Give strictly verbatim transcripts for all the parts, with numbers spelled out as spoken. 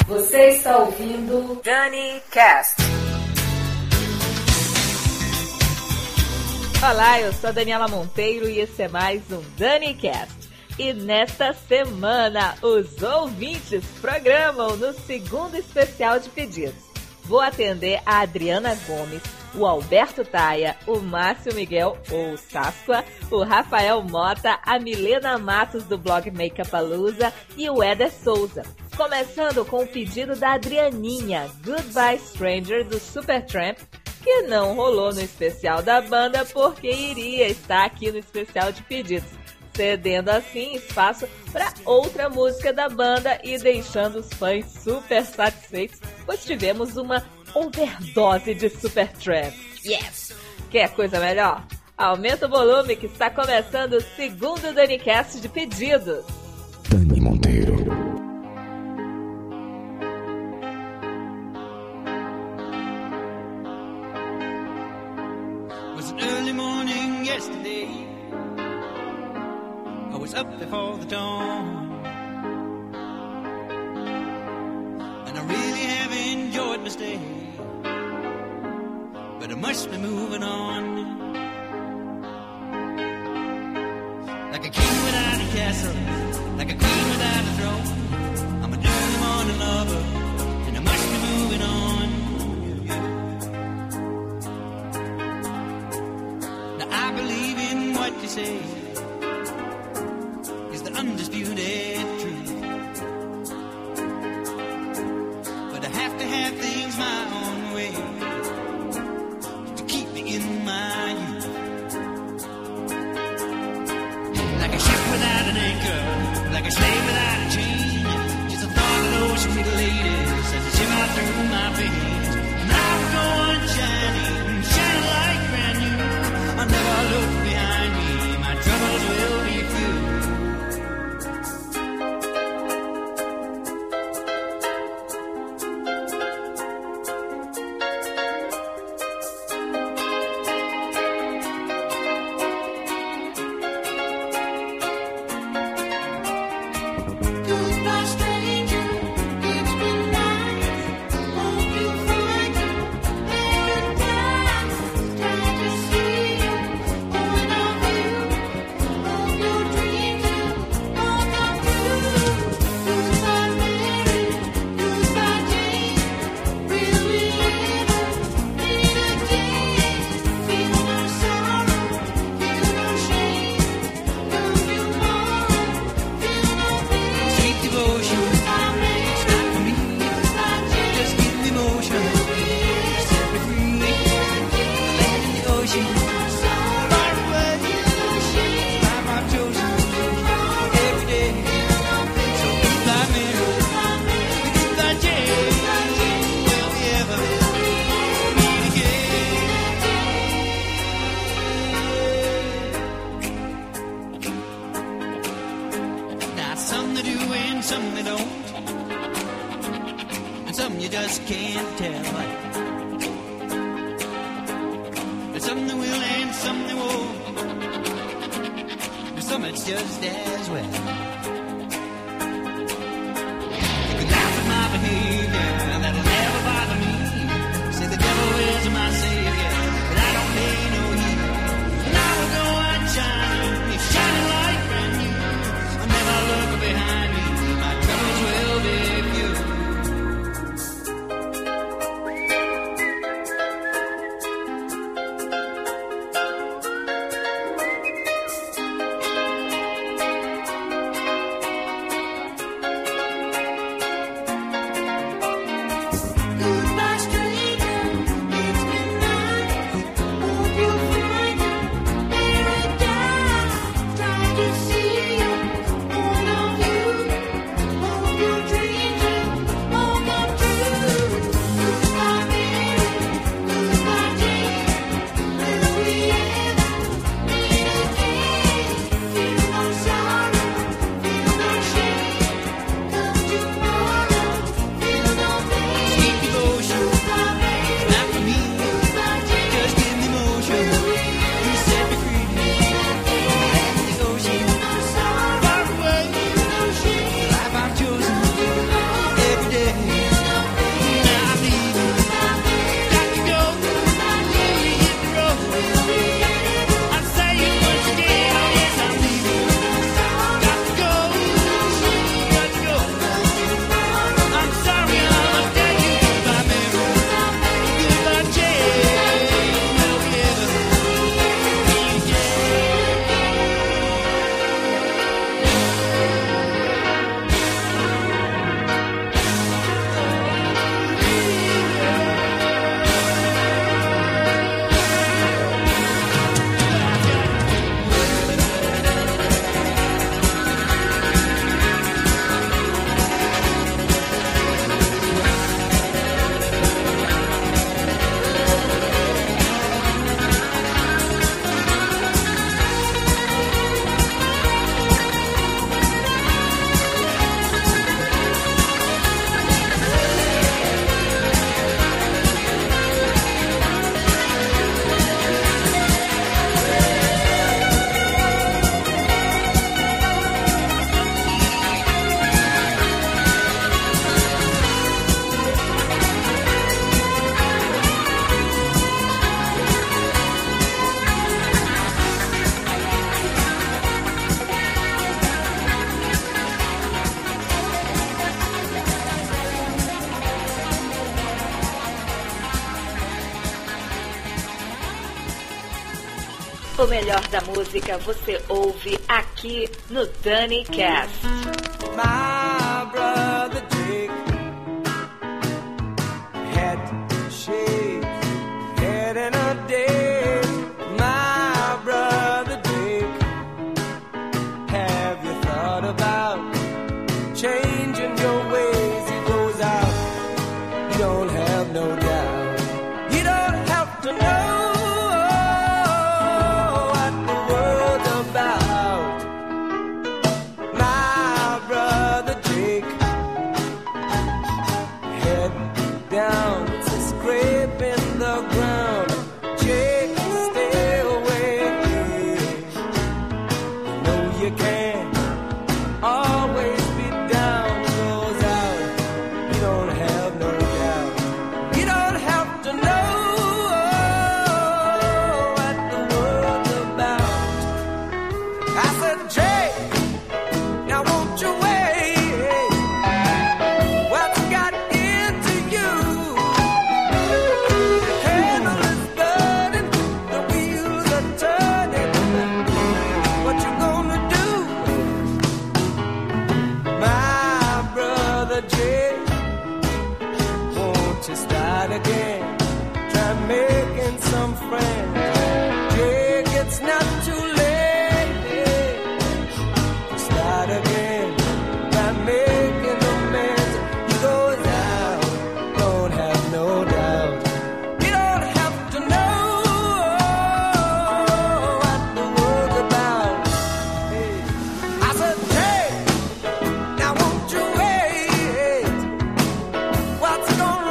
Você está ouvindo Dani Cast. Olá, eu sou a Daniela Monteiro e esse é mais um Dani Cast. E nesta semana, os ouvintes programam no segundo especial de pedidos. Vou atender a Adriana Gomes, o Alberto Taia, o Márcio Miguel, ou Sasqua, o Rafael Mota, a Milena Matos do blog Makeupalooza e o Éder Souza. Começando com o pedido da Adrianinha, Goodbye Stranger, do Supertramp, que não rolou no especial da banda porque iria estar aqui no especial de pedidos, cedendo assim espaço para outra música da banda e deixando os fãs super satisfeitos, pois tivemos uma overdose de Supertramp. Yes! Quer coisa melhor? Aumenta o volume que está começando o segundo DaniCast de pedidos. Dani Monteiro. Was an early morning yesterday. I was up before the dawn, and I really have enjoyed my stay, but I must be moving on. Like a king without a castle, like a queen without a throne, I'm an early morning lover, and I must be moving on. Now I believe in what you say, undisputed truth, but I have to have things my own way to keep me in my youth. Like a ship without an anchor, like a slave without a chain, just a thought of those sweet ladies as they shimmer through my veins. And I will go on shining, shining like brand new. I'll never look behind me, my troubles will be few. O melhor da música você ouve aqui no Dani Cast. My brother Jake had to shave, head in a day. My brother Jake, have you thought about changing your ways? He goes out, you don't have no doubt. You don't have to know down to scraping the ground. Jake, stay away. You know you can't always be down. Goes out, you don't have no doubt. You don't have to know what the world's about. I said, Jake, now won't you wait? Start again, try making some friends. Jake, it's not too late to start again, try making amends. He goes out, don't have no doubt. You don't have to know what the world's about. Hey, I said, Jake, now won't you wait? What's gonna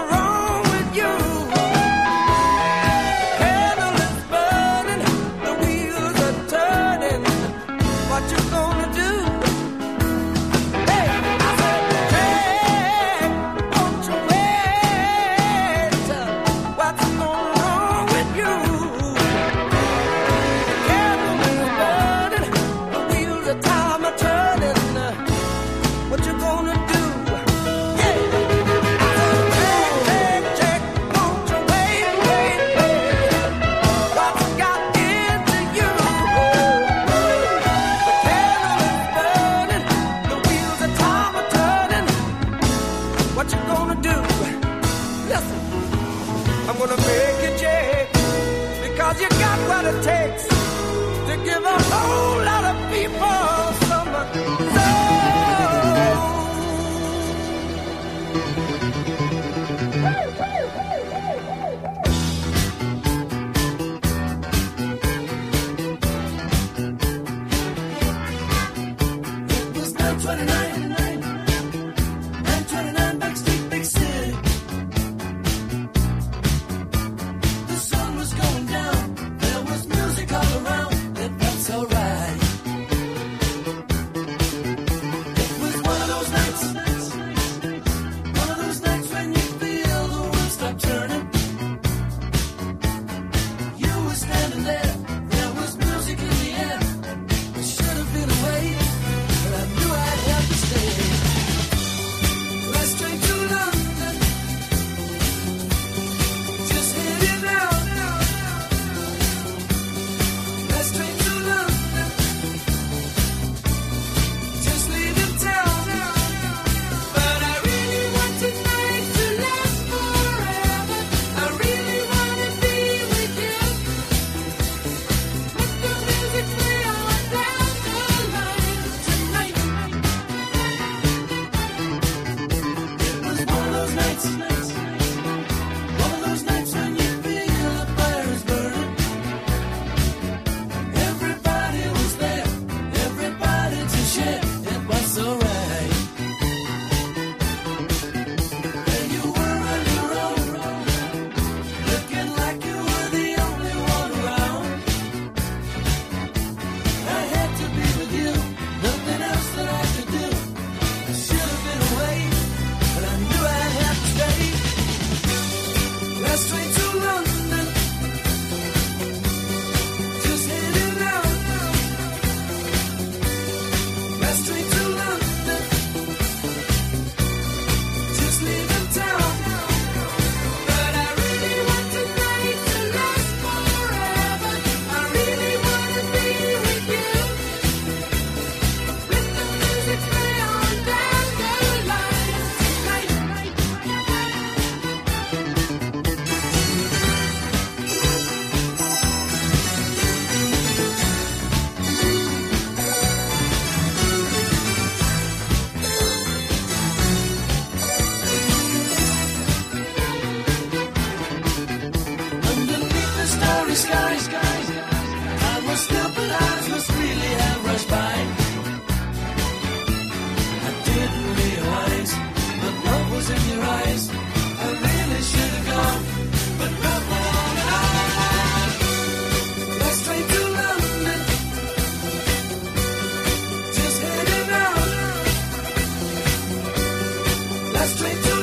stay.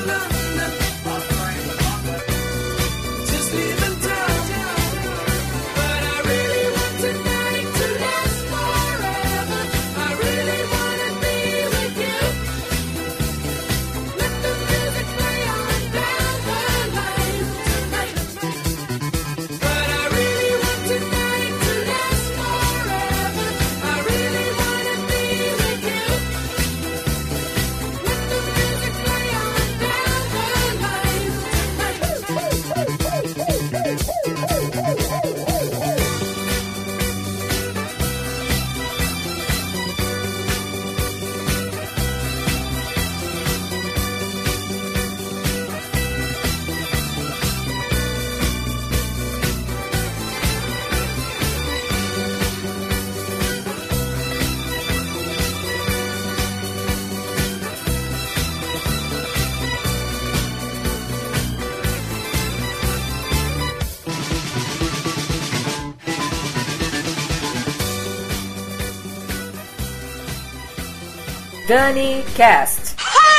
Dani Cast.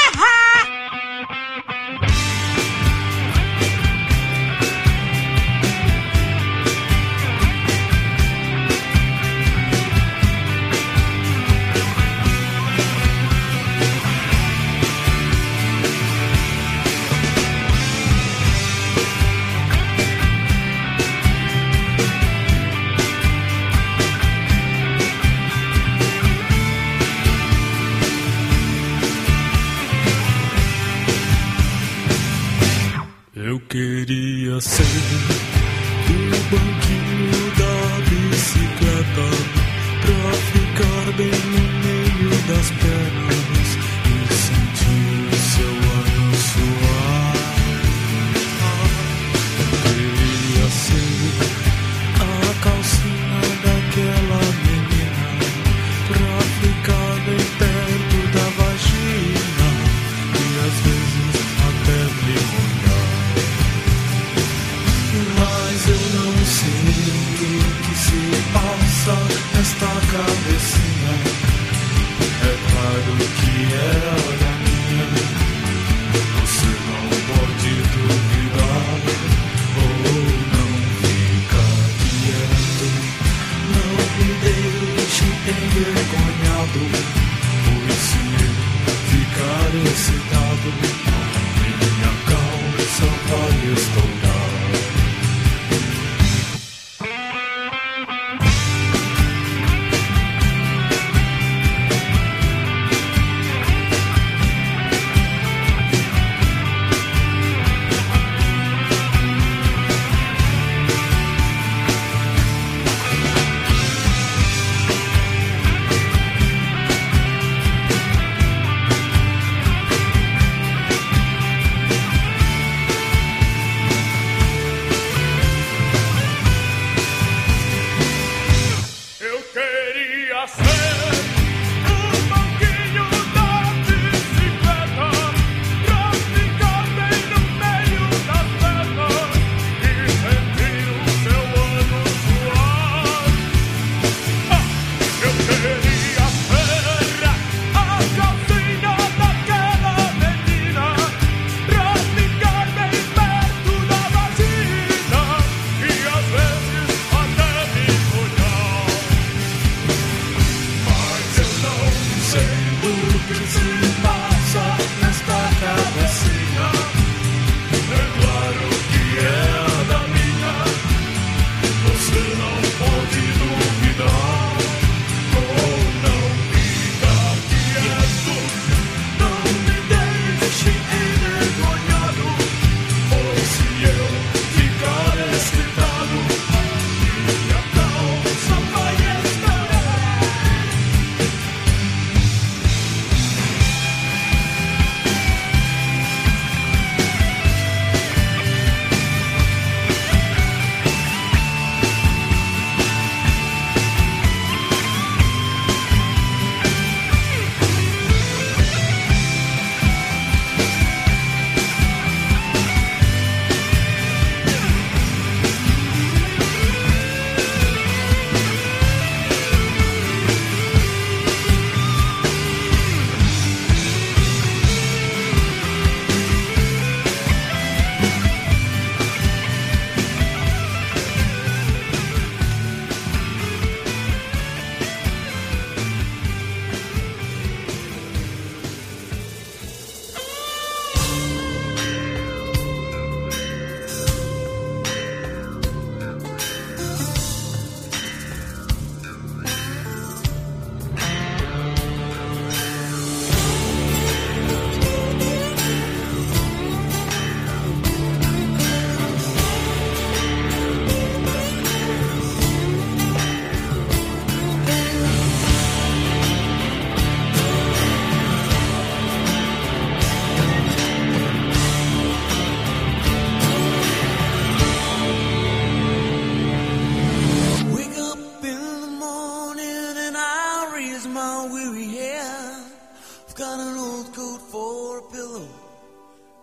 Eu queria ser do banquinho da bicicleta pra ficar bem no meio das pernas e sentir o seu ano suar. Eu queria ser a calcinha daquela menina pra ficar bem perto da vagina e às vezes até me molhar. Mas eu não sei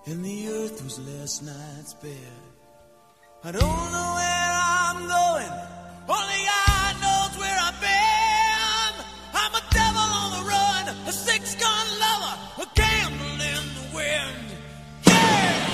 and the earth was last night's bed. I don't know where I'm going, only God knows where I've been. I'm a devil on the run, a six-gun lover, a gamble in the wind. Yeah!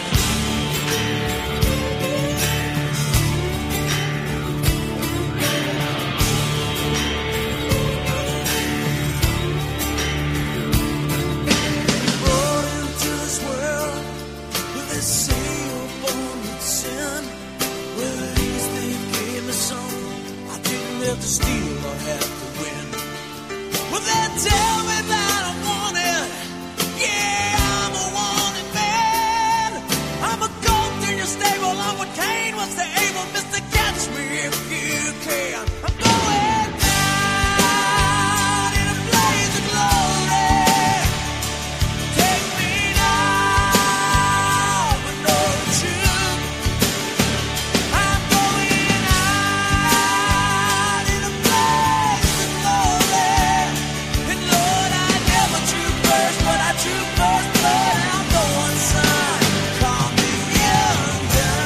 To steal or have to win. Well, they tell me that I'm wanted. Yeah, I'm a wanted man. I'm a goat in your stable. I'm what Cain was to Abel. Mister Catch me if you can. I'm going down in a blaze of glory. Take me now, but no truth. I'm going out. But I true first blood, I'm going son. Call me young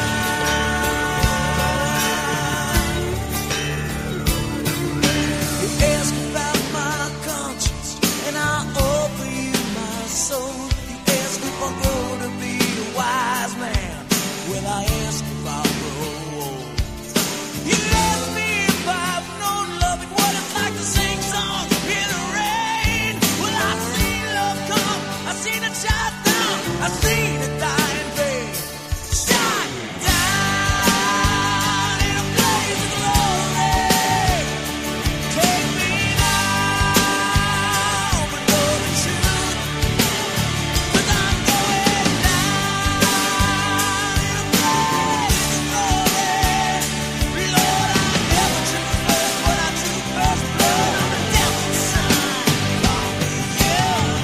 gun. You ask about my conscience, and I offer you my soul. You ask if I grow to be a wise man. Well, I ask if I grow old. You ask me if I've known love and what it's like to sing songs in the rain. Well, I see love come, I seen it shot down, I seen it die in vain. Shot down in a blaze of glory. Take me now, but know the truth. 'Cause I'm going down in a blaze of glory. Lord, I never took first, but I took first blood. I'm a devil's son. Call me young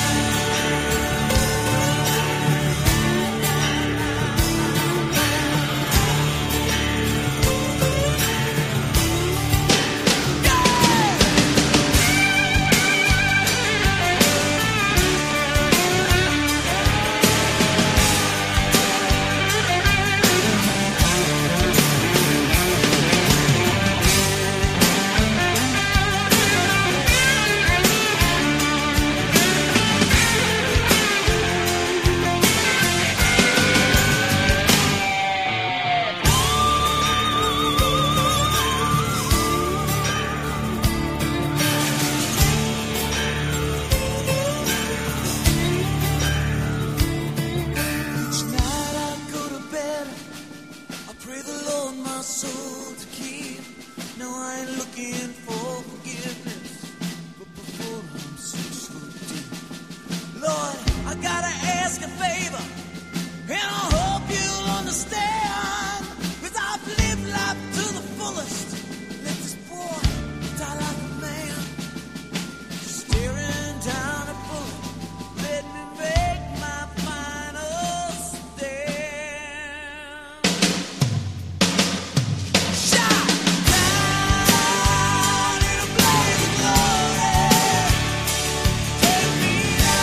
Each night I go to bed, I pray the Lord my soul to keep. No, I ain't looking for forgiveness, but before I'm six foot deep. Lord, I gotta ask a favor, and I hope you'll understand. 'Cause I've lived life to the fullest. Let this boy die like a man. Staring down a bullet, let me make my final stand. Shot down in a blaze of glory. Take me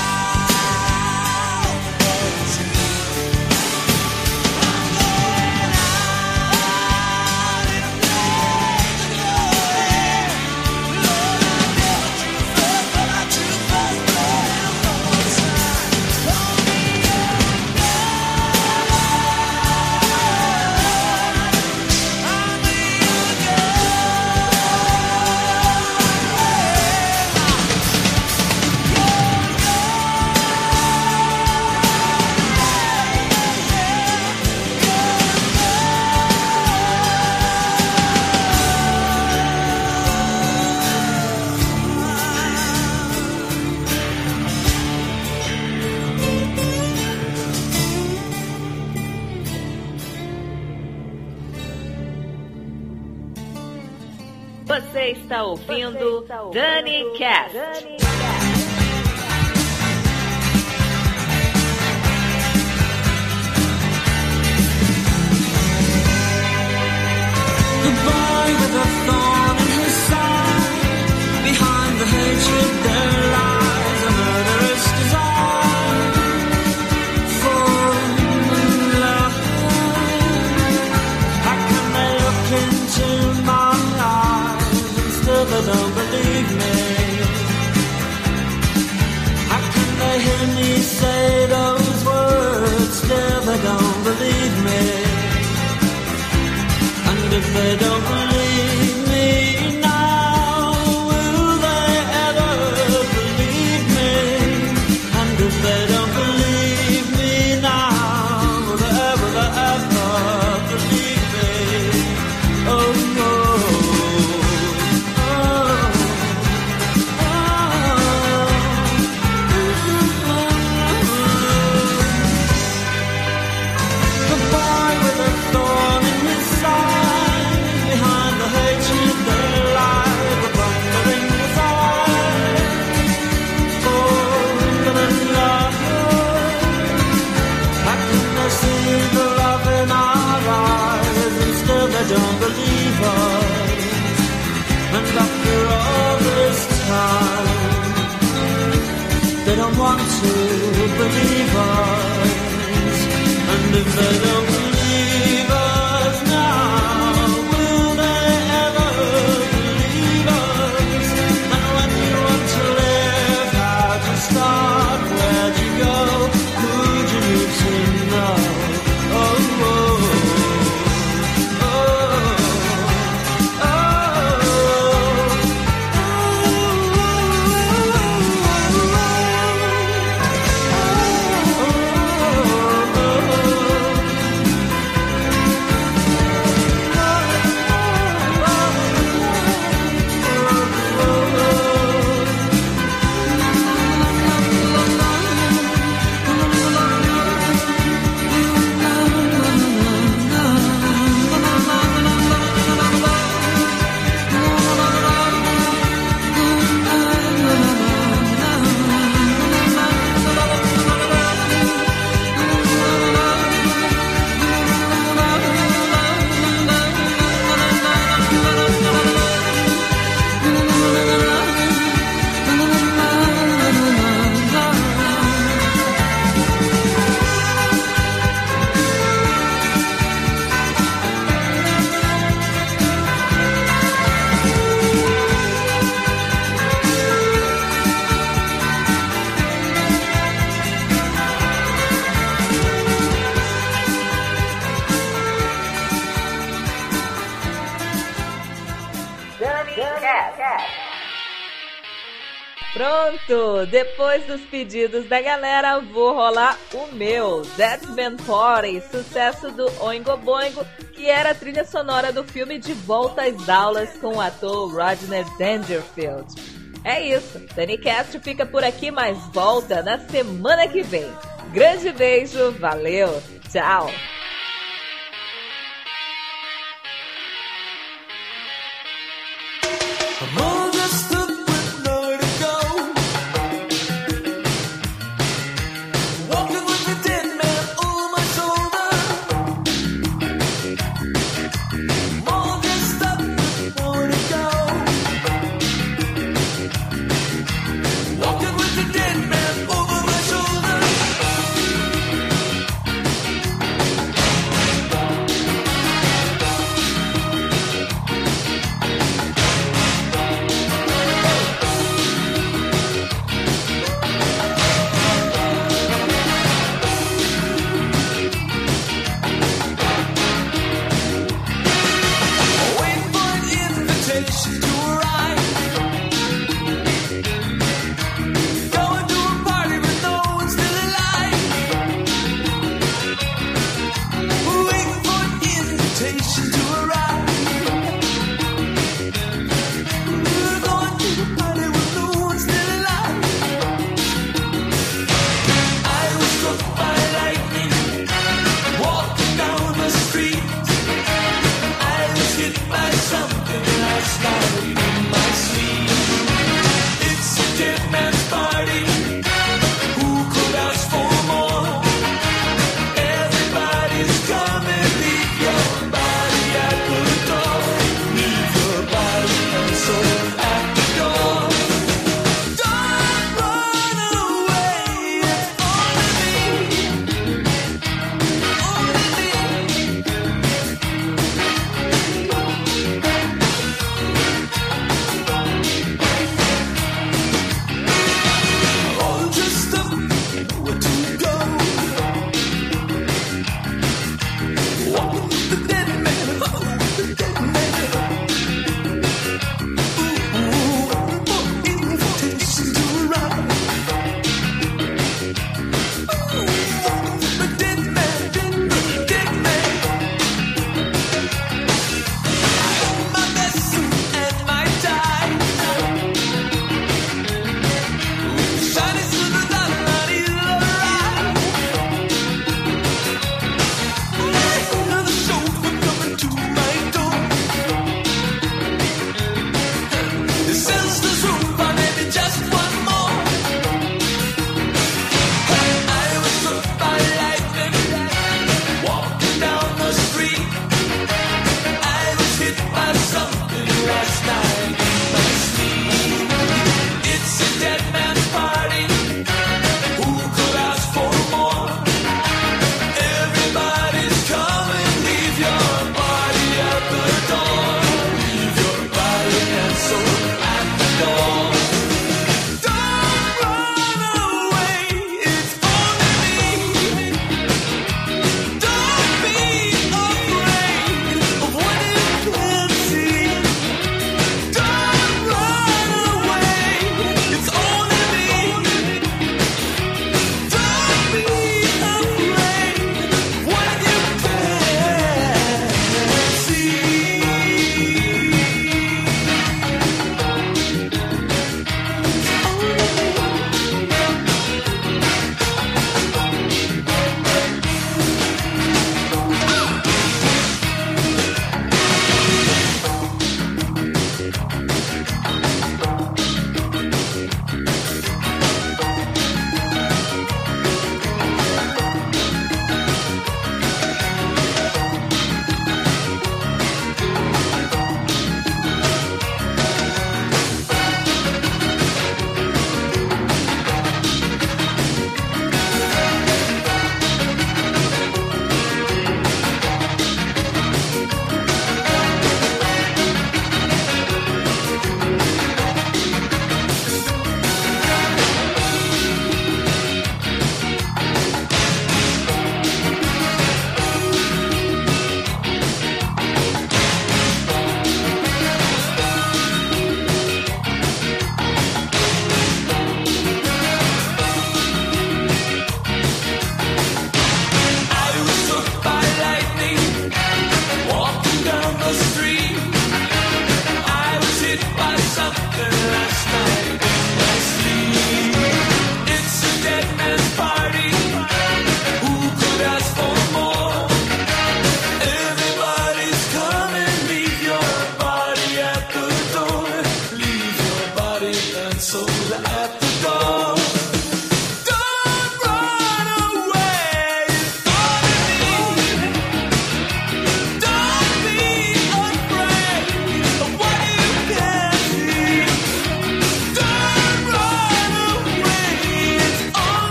now, but know the truth. I'm going out in a blaze of glory. Lord, I never drew first, but I drew first blood. I'm going son. Call me young gun. I'm a young Você está ouvindo Dani Cast. The boy with a thorn in his side, behind the hatred there lies a murderous desire for if they don't believe me now, will they ever believe me? And if they don't believe me now, will they ever, ever believe me? Oh, oh, oh, oh, oh. The boy with a thorn in his side, behind the hatred there lies the thunder in his eyes. Oh, but in love, how can they see the love in our eyes? And still they don't believe us. And after all this time, they don't want to believe us. And if they don't believe us now, will they ever believe us? And when you want to live, how'd you start? Where'd you go? Who'd you need to know? Oh, oh, oh, oh, Pronto! Depois dos pedidos da galera, vou rolar o meu, Dead Man Party, sucesso do Oingo Boingo, que era a trilha sonora do filme De Volta às Aulas com o ator Rodney Dangerfield. É isso, DaniCast fica por aqui, mas volta na semana que vem. Grande beijo, valeu, tchau!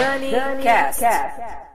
Dani Cast.